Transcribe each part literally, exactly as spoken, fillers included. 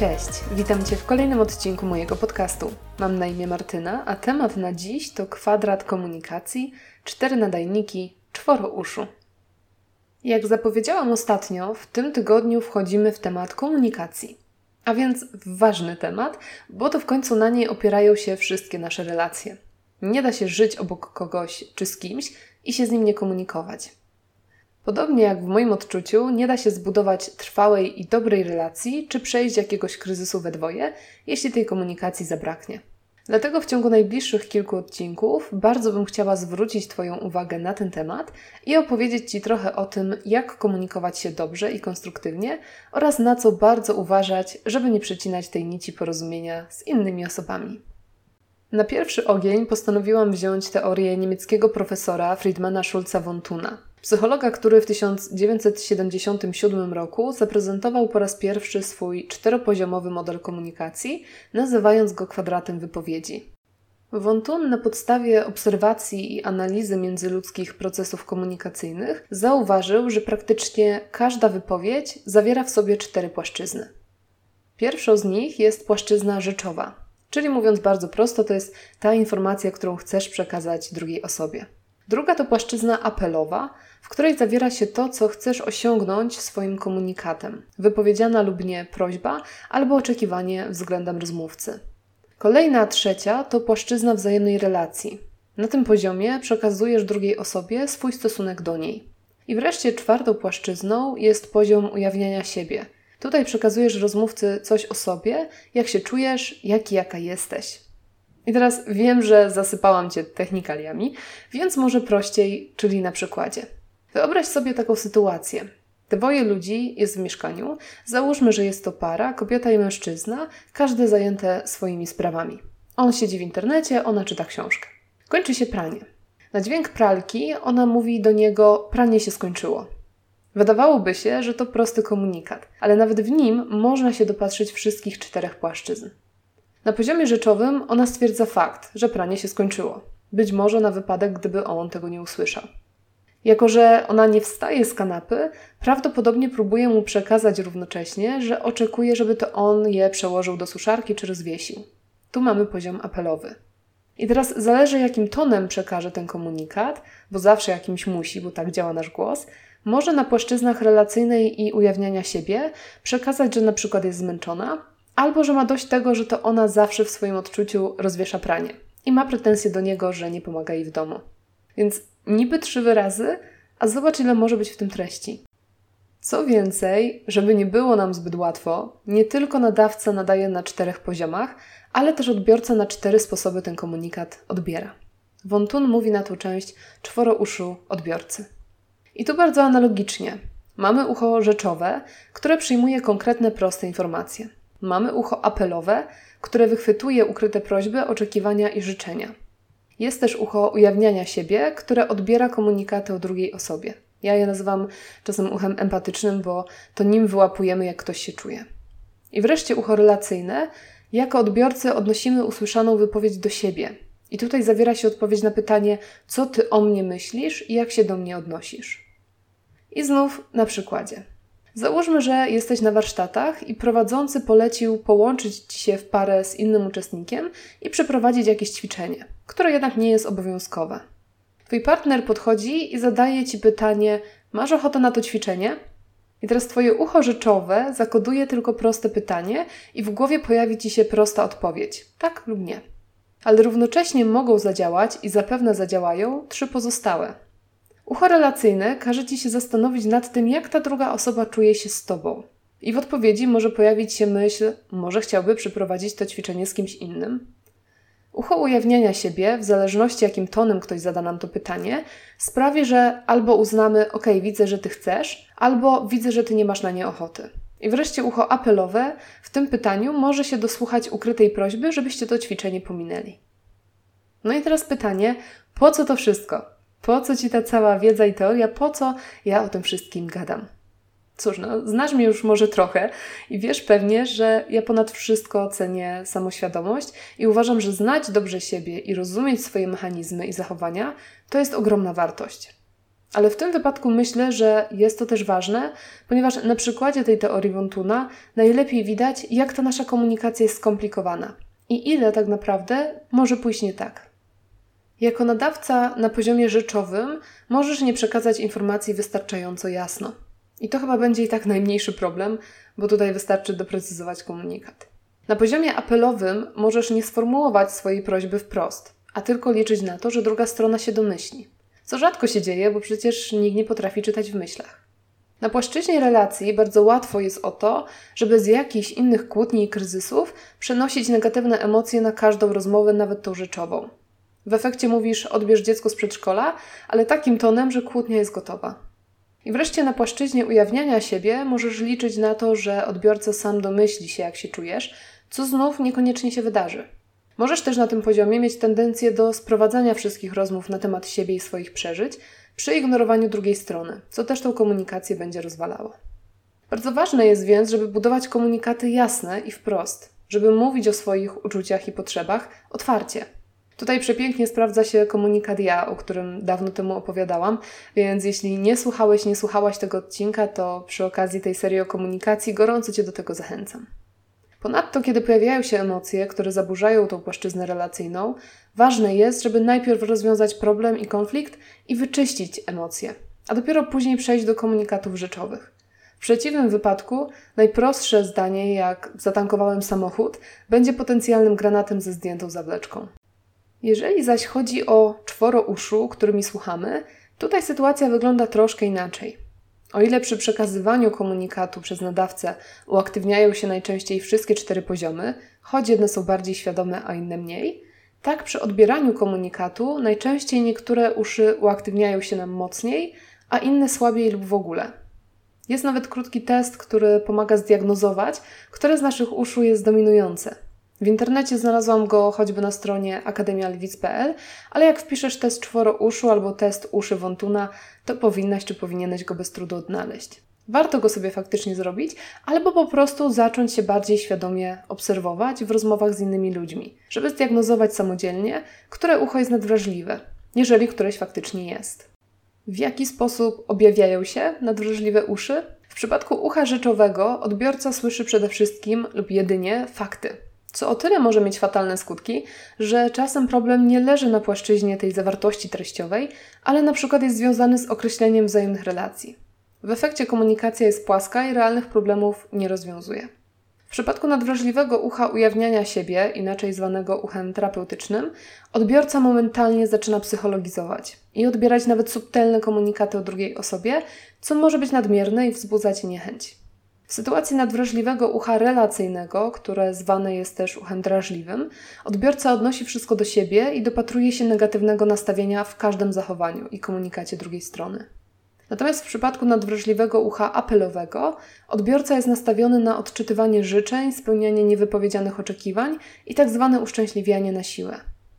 Cześć, witam Cię w kolejnym odcinku mojego podcastu. Mam na imię Martyna, a temat na dziś to kwadrat komunikacji, cztery nadajniki, czworo uszu. Jak zapowiedziałam ostatnio, w tym tygodniu wchodzimy w temat komunikacji. A więc ważny temat, bo to w końcu na niej opierają się wszystkie nasze relacje. Nie da się żyć obok kogoś czy z kimś i się z nim nie komunikować. Podobnie jak w moim odczuciu, nie da się zbudować trwałej i dobrej relacji, czy przejść jakiegoś kryzysu we dwoje, jeśli tej komunikacji zabraknie. Dlatego w ciągu najbliższych kilku odcinków bardzo bym chciała zwrócić Twoją uwagę na ten temat i opowiedzieć Ci trochę o tym, jak komunikować się dobrze i konstruktywnie oraz na co bardzo uważać, żeby nie przecinać tej nici porozumienia z innymi osobami. Na pierwszy ogień postanowiłam wziąć teorię niemieckiego profesora Friedmana Schulza von Thuna, psychologa, który w tysiąc dziewięćset siedemdziesiątym siódmym roku zaprezentował po raz pierwszy swój czteropoziomowy model komunikacji, nazywając go kwadratem wypowiedzi. Von Thun na podstawie obserwacji i analizy międzyludzkich procesów komunikacyjnych zauważył, że praktycznie każda wypowiedź zawiera w sobie cztery płaszczyzny. Pierwszą z nich jest płaszczyzna rzeczowa, czyli mówiąc bardzo prosto, to jest ta informacja, którą chcesz przekazać drugiej osobie. Druga to płaszczyzna apelowa, w której zawiera się to, co chcesz osiągnąć swoim komunikatem. Wypowiedziana lub nie prośba albo oczekiwanie względem rozmówcy. Kolejna, trzecia, to płaszczyzna wzajemnej relacji. Na tym poziomie przekazujesz drugiej osobie swój stosunek do niej. I wreszcie czwartą płaszczyzną jest poziom ujawniania siebie. Tutaj przekazujesz rozmówcy coś o sobie, jak się czujesz, jak i jaka jesteś. I teraz wiem, że zasypałam Cię technikaliami, więc może prościej, czyli na przykładzie. Wyobraź sobie taką sytuację. Dwoje ludzi jest w mieszkaniu, załóżmy, że jest to para, kobieta i mężczyzna, każde zajęte swoimi sprawami. On siedzi w internecie, ona czyta książkę. Kończy się pranie. Na dźwięk pralki ona mówi do niego: pranie się skończyło. Wydawałoby się, że to prosty komunikat, ale nawet w nim można się dopatrzyć wszystkich czterech płaszczyzn. Na poziomie rzeczowym ona stwierdza fakt, że pranie się skończyło. Być może na wypadek, gdyby on tego nie usłyszał. Jako że ona nie wstaje z kanapy, prawdopodobnie próbuje mu przekazać równocześnie, że oczekuje, żeby to on je przełożył do suszarki czy rozwiesił. Tu mamy poziom apelowy. I teraz zależy, jakim tonem przekaże ten komunikat, bo zawsze jakimś musi, bo tak działa nasz głos, może na płaszczyznach relacyjnej i ujawniania siebie przekazać, że na przykład jest zmęczona, albo że ma dość tego, że to ona zawsze w swoim odczuciu rozwiesza pranie i ma pretensje do niego, że nie pomaga jej w domu. Więc niby trzy wyrazy, a zobacz, ile może być w tym treści. Co więcej, żeby nie było nam zbyt łatwo, nie tylko nadawca nadaje na czterech poziomach, ale też odbiorca na cztery sposoby ten komunikat odbiera. Von Thun mówi na tą część czworo uszu odbiorcy. I tu bardzo analogicznie. Mamy ucho rzeczowe, które przyjmuje konkretne, proste informacje. Mamy ucho apelowe, które wychwytuje ukryte prośby, oczekiwania i życzenia. Jest też ucho ujawniania siebie, które odbiera komunikaty o drugiej osobie. Ja je nazywam czasem uchem empatycznym, bo to nim wyłapujemy, jak ktoś się czuje. I wreszcie ucho relacyjne. Jako odbiorcy odnosimy usłyszaną wypowiedź do siebie. I tutaj zawiera się odpowiedź na pytanie, co ty o mnie myślisz i jak się do mnie odnosisz. I znów na przykładzie. Załóżmy, że jesteś na warsztatach i prowadzący polecił połączyć Ci się w parę z innym uczestnikiem i przeprowadzić jakieś ćwiczenie, które jednak nie jest obowiązkowe. Twój partner podchodzi i zadaje Ci pytanie: masz ochotę na to ćwiczenie? I teraz Twoje ucho rzeczowe zakoduje tylko proste pytanie i w głowie pojawi Ci się prosta odpowiedź: tak lub nie. Ale równocześnie mogą zadziałać i zapewne zadziałają trzy pozostałe. Ucho relacyjne każe Ci się zastanowić nad tym, jak ta druga osoba czuje się z Tobą. I w odpowiedzi może pojawić się myśl, może chciałby przeprowadzić to ćwiczenie z kimś innym. Ucho ujawniania siebie, w zależności jakim tonem ktoś zada nam to pytanie, sprawi, że albo uznamy: ok, widzę, że Ty chcesz, albo widzę, że Ty nie masz na nie ochoty. I wreszcie ucho apelowe w tym pytaniu może się dosłuchać ukrytej prośby, żebyście to ćwiczenie pominęli. No i teraz pytanie, po co to wszystko? Po co Ci ta cała wiedza i teoria? Po co ja o tym wszystkim gadam? Cóż, no, znasz mnie już może trochę i wiesz pewnie, że ja ponad wszystko cenię samoświadomość i uważam, że znać dobrze siebie i rozumieć swoje mechanizmy i zachowania to jest ogromna wartość. Ale w tym wypadku myślę, że jest to też ważne, ponieważ na przykładzie tej teorii Wontuna najlepiej widać, jak ta nasza komunikacja jest skomplikowana i ile tak naprawdę może pójść nie tak. Jako nadawca na poziomie rzeczowym możesz nie przekazać informacji wystarczająco jasno. I to chyba będzie i tak najmniejszy problem, bo tutaj wystarczy doprecyzować komunikat. Na poziomie apelowym możesz nie sformułować swojej prośby wprost, a tylko liczyć na to, że druga strona się domyśli. Co rzadko się dzieje, bo przecież nikt nie potrafi czytać w myślach. Na płaszczyźnie relacji bardzo łatwo jest o to, żeby z jakichś innych kłótni i kryzysów przenosić negatywne emocje na każdą rozmowę, nawet tą rzeczową. W efekcie mówisz: odbierz dziecko z przedszkola, ale takim tonem, że kłótnia jest gotowa. I wreszcie na płaszczyźnie ujawniania siebie możesz liczyć na to, że odbiorca sam domyśli się, jak się czujesz, co znów niekoniecznie się wydarzy. Możesz też na tym poziomie mieć tendencję do sprowadzania wszystkich rozmów na temat siebie i swoich przeżyć przy ignorowaniu drugiej strony, co też tą komunikację będzie rozwalało. Bardzo ważne jest więc, żeby budować komunikaty jasne i wprost, żeby mówić o swoich uczuciach i potrzebach otwarcie. Tutaj przepięknie sprawdza się komunikat ja, o którym dawno temu opowiadałam, więc jeśli nie słuchałeś, nie słuchałaś tego odcinka, to przy okazji tej serii o komunikacji gorąco Cię do tego zachęcam. Ponadto, kiedy pojawiają się emocje, które zaburzają tą płaszczyznę relacyjną, ważne jest, żeby najpierw rozwiązać problem i konflikt i wyczyścić emocje, a dopiero później przejść do komunikatów rzeczowych. W przeciwnym wypadku najprostsze zdanie, jak zatankowałem samochód, będzie potencjalnym granatem ze zdjętą zawleczką. Jeżeli zaś chodzi o czworo uszu, którymi słuchamy, tutaj sytuacja wygląda troszkę inaczej. O ile przy przekazywaniu komunikatu przez nadawcę uaktywniają się najczęściej wszystkie cztery poziomy, choć jedne są bardziej świadome, a inne mniej, tak przy odbieraniu komunikatu najczęściej niektóre uszy uaktywniają się nam mocniej, a inne słabiej lub w ogóle. Jest nawet krótki test, który pomaga zdiagnozować, które z naszych uszu jest dominujące. W internecie znalazłam go choćby na stronie akademia lwic kropka p l, ale jak wpiszesz test czworo uszu albo test uszy Wontuna, to powinnaś czy powinieneś go bez trudu odnaleźć. Warto go sobie faktycznie zrobić, albo po prostu zacząć się bardziej świadomie obserwować w rozmowach z innymi ludźmi, żeby zdiagnozować samodzielnie, które ucho jest nadwrażliwe, jeżeli któreś faktycznie jest. W jaki sposób objawiają się nadwrażliwe uszy? W przypadku ucha rzeczowego odbiorca słyszy przede wszystkim lub jedynie fakty, co o tyle może mieć fatalne skutki, że czasem problem nie leży na płaszczyźnie tej zawartości treściowej, ale na przykład jest związany z określeniem wzajemnych relacji. W efekcie komunikacja jest płaska i realnych problemów nie rozwiązuje. W przypadku nadwrażliwego ucha ujawniania siebie, inaczej zwanego uchem terapeutycznym, odbiorca momentalnie zaczyna psychologizować i odbierać nawet subtelne komunikaty o drugiej osobie, co może być nadmierne i wzbudzać niechęć. W sytuacji nadwrażliwego ucha relacyjnego, które zwane jest też uchem drażliwym, odbiorca odnosi wszystko do siebie i dopatruje się negatywnego nastawienia w każdym zachowaniu i komunikacie drugiej strony. Natomiast w przypadku nadwrażliwego ucha apelowego odbiorca jest nastawiony na odczytywanie życzeń, spełnianie niewypowiedzianych oczekiwań i tak zwane uszczęśliwianie na siłę.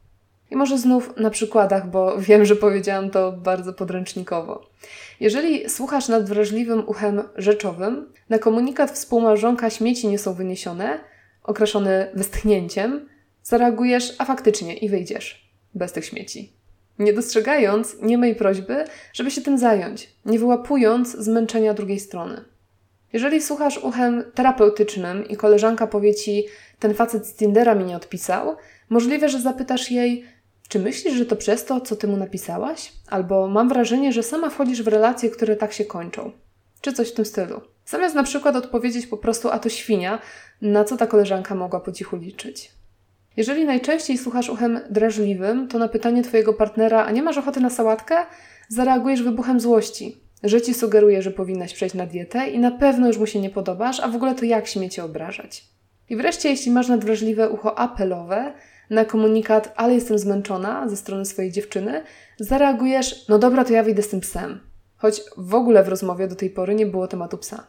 I może znów na przykładach, bo wiem, że powiedziałam to bardzo podręcznikowo. Jeżeli słuchasz nad wrażliwym uchem rzeczowym, na komunikat współmałżonka śmieci nie są wyniesione, okraszony westchnięciem, zareagujesz, a faktycznie i wyjdziesz bez tych śmieci. Nie dostrzegając niemej prośby, żeby się tym zająć, nie wyłapując zmęczenia drugiej strony. Jeżeli słuchasz uchem terapeutycznym i koleżanka powie Ci, ten facet z Tindera mi nie odpisał, możliwe, że zapytasz jej, czy myślisz, że to przez to, co Ty mu napisałaś? Albo mam wrażenie, że sama wchodzisz w relacje, które tak się kończą. Czy coś w tym stylu. Zamiast na przykład odpowiedzieć po prostu, a to świnia, na co ta koleżanka mogła po cichu liczyć. Jeżeli najczęściej słuchasz uchem drażliwym, to na pytanie Twojego partnera, a nie masz ochoty na sałatkę? Zareagujesz wybuchem złości, że Ci sugeruje, że powinnaś przejść na dietę i na pewno już mu się nie podobasz, a w ogóle to jak śmie Cię obrażać. I wreszcie, jeśli masz nadwrażliwe ucho apelowe, na komunikat, ale jestem zmęczona ze strony swojej dziewczyny, zareagujesz, no dobra, to ja wyjdę z tym psem. Choć w ogóle w rozmowie do tej pory nie było tematu psa.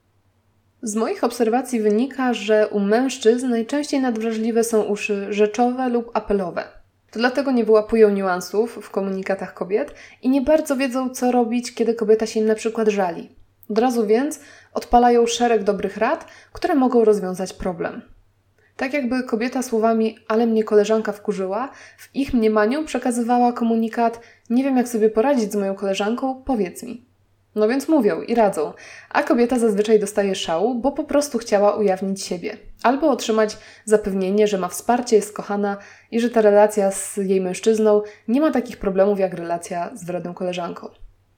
Z moich obserwacji wynika, że u mężczyzn najczęściej nadwrażliwe są uszy rzeczowe lub apelowe. To dlatego nie wyłapują niuansów w komunikatach kobiet i nie bardzo wiedzą, co robić, kiedy kobieta się im na przykład żali. Od razu więc odpalają szereg dobrych rad, które mogą rozwiązać problem. Tak jakby kobieta słowami „ale mnie koleżanka wkurzyła” w ich mniemaniu przekazywała komunikat „nie wiem jak sobie poradzić z moją koleżanką, powiedz mi”. No więc mówią i radzą, a kobieta zazwyczaj dostaje szału, bo po prostu chciała ujawnić siebie. Albo otrzymać zapewnienie, że ma wsparcie, jest kochana i że ta relacja z jej mężczyzną nie ma takich problemów jak relacja z wredną koleżanką.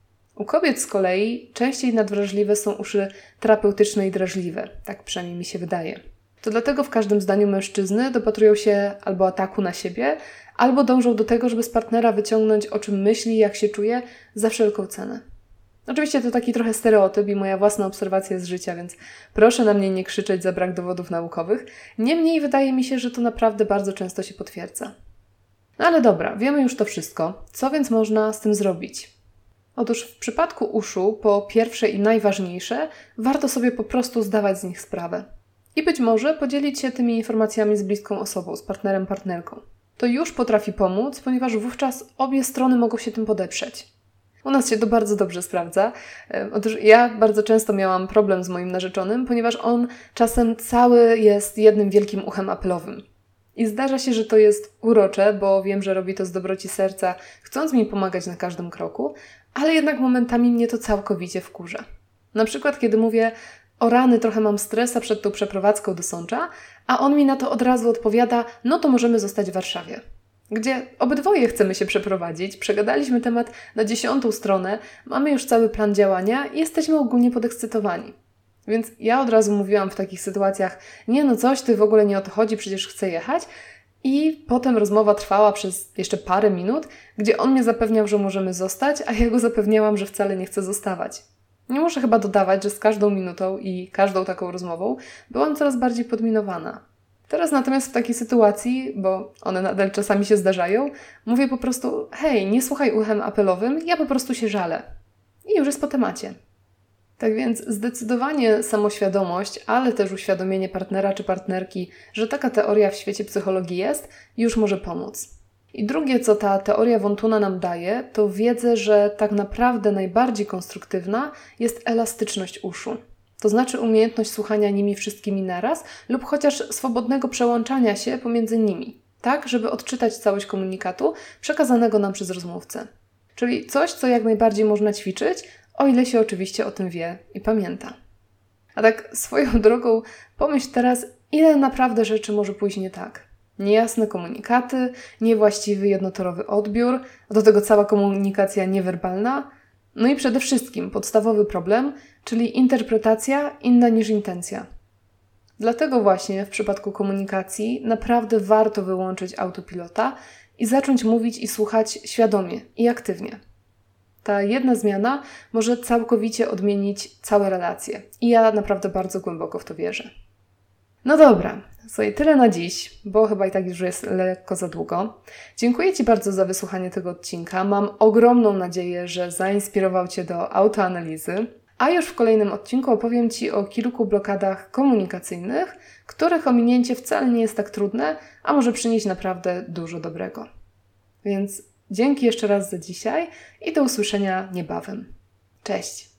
U kobiet z kolei częściej nadwrażliwe są uszy terapeutyczne i drażliwe, tak przynajmniej mi się wydaje. To dlatego w każdym zdaniu mężczyzny dopatrują się albo ataku na siebie, albo dążą do tego, żeby z partnera wyciągnąć o czym myśli, jak się czuje, za wszelką cenę. Oczywiście to taki trochę stereotyp i moja własna obserwacja z życia, więc proszę na mnie nie krzyczeć za brak dowodów naukowych. Niemniej wydaje mi się, że to naprawdę bardzo często się potwierdza. No ale dobra, wiemy już to wszystko. Co więc można z tym zrobić? Otóż w przypadku uszu, po pierwsze i najważniejsze, warto sobie po prostu zdawać z nich sprawę. I być może podzielić się tymi informacjami z bliską osobą, z partnerem, partnerką. To już potrafi pomóc, ponieważ wówczas obie strony mogą się tym podeprzeć. U nas się to bardzo dobrze sprawdza. Otóż ja bardzo często miałam problem z moim narzeczonym, ponieważ on czasem cały jest jednym wielkim uchem apelowym. I zdarza się, że to jest urocze, bo wiem, że robi to z dobroci serca, chcąc mi pomagać na każdym kroku, ale jednak momentami mnie to całkowicie wkurza. Na przykład, kiedy mówię: o rany, trochę mam stresa przed tą przeprowadzką do Sącza, a on mi na to od razu odpowiada: no to możemy zostać w Warszawie. Gdzie obydwoje chcemy się przeprowadzić, przegadaliśmy temat na dziesiątą stronę, mamy już cały plan działania i jesteśmy ogólnie podekscytowani. Więc ja od razu mówiłam w takich sytuacjach: nie no coś, ty w ogóle nie o to chodzi, przecież chcę jechać. I potem rozmowa trwała przez jeszcze parę minut, gdzie on mnie zapewniał, że możemy zostać, a ja go zapewniałam, że wcale nie chcę zostawać. Nie muszę chyba dodawać, że z każdą minutą i każdą taką rozmową byłam coraz bardziej podminowana. Teraz natomiast w takiej sytuacji, bo one nadal czasami się zdarzają, mówię po prostu: hej, nie słuchaj uchem apelowym, ja po prostu się żalę. I już jest po temacie. Tak więc zdecydowanie samoświadomość, ale też uświadomienie partnera czy partnerki, że taka teoria w świecie psychologii jest, już może pomóc. I drugie, co ta teoria Wontuna nam daje, to wiedzę, że tak naprawdę najbardziej konstruktywna jest elastyczność uszu. To znaczy umiejętność słuchania nimi wszystkimi naraz lub chociaż swobodnego przełączania się pomiędzy nimi, tak żeby odczytać całość komunikatu przekazanego nam przez rozmówcę. Czyli coś, co jak najbardziej można ćwiczyć, o ile się oczywiście o tym wie i pamięta. A tak swoją drogą pomyśl teraz, ile naprawdę rzeczy może pójść nie tak. Niejasne komunikaty, niewłaściwy jednotorowy odbiór, do tego cała komunikacja niewerbalna, no i przede wszystkim podstawowy problem, czyli interpretacja inna niż intencja. Dlatego właśnie w przypadku komunikacji naprawdę warto wyłączyć autopilota i zacząć mówić i słuchać świadomie i aktywnie. Ta jedna zmiana może całkowicie odmienić całe relacje i ja naprawdę bardzo głęboko w to wierzę. No dobra, słuchaj, tyle na dziś, bo chyba i tak już jest lekko za długo. Dziękuję Ci bardzo za wysłuchanie tego odcinka. Mam ogromną nadzieję, że zainspirował Cię do autoanalizy. A już w kolejnym odcinku opowiem Ci o kilku blokadach komunikacyjnych, których ominięcie wcale nie jest tak trudne, a może przynieść naprawdę dużo dobrego. Więc dzięki jeszcze raz za dzisiaj i do usłyszenia niebawem. Cześć!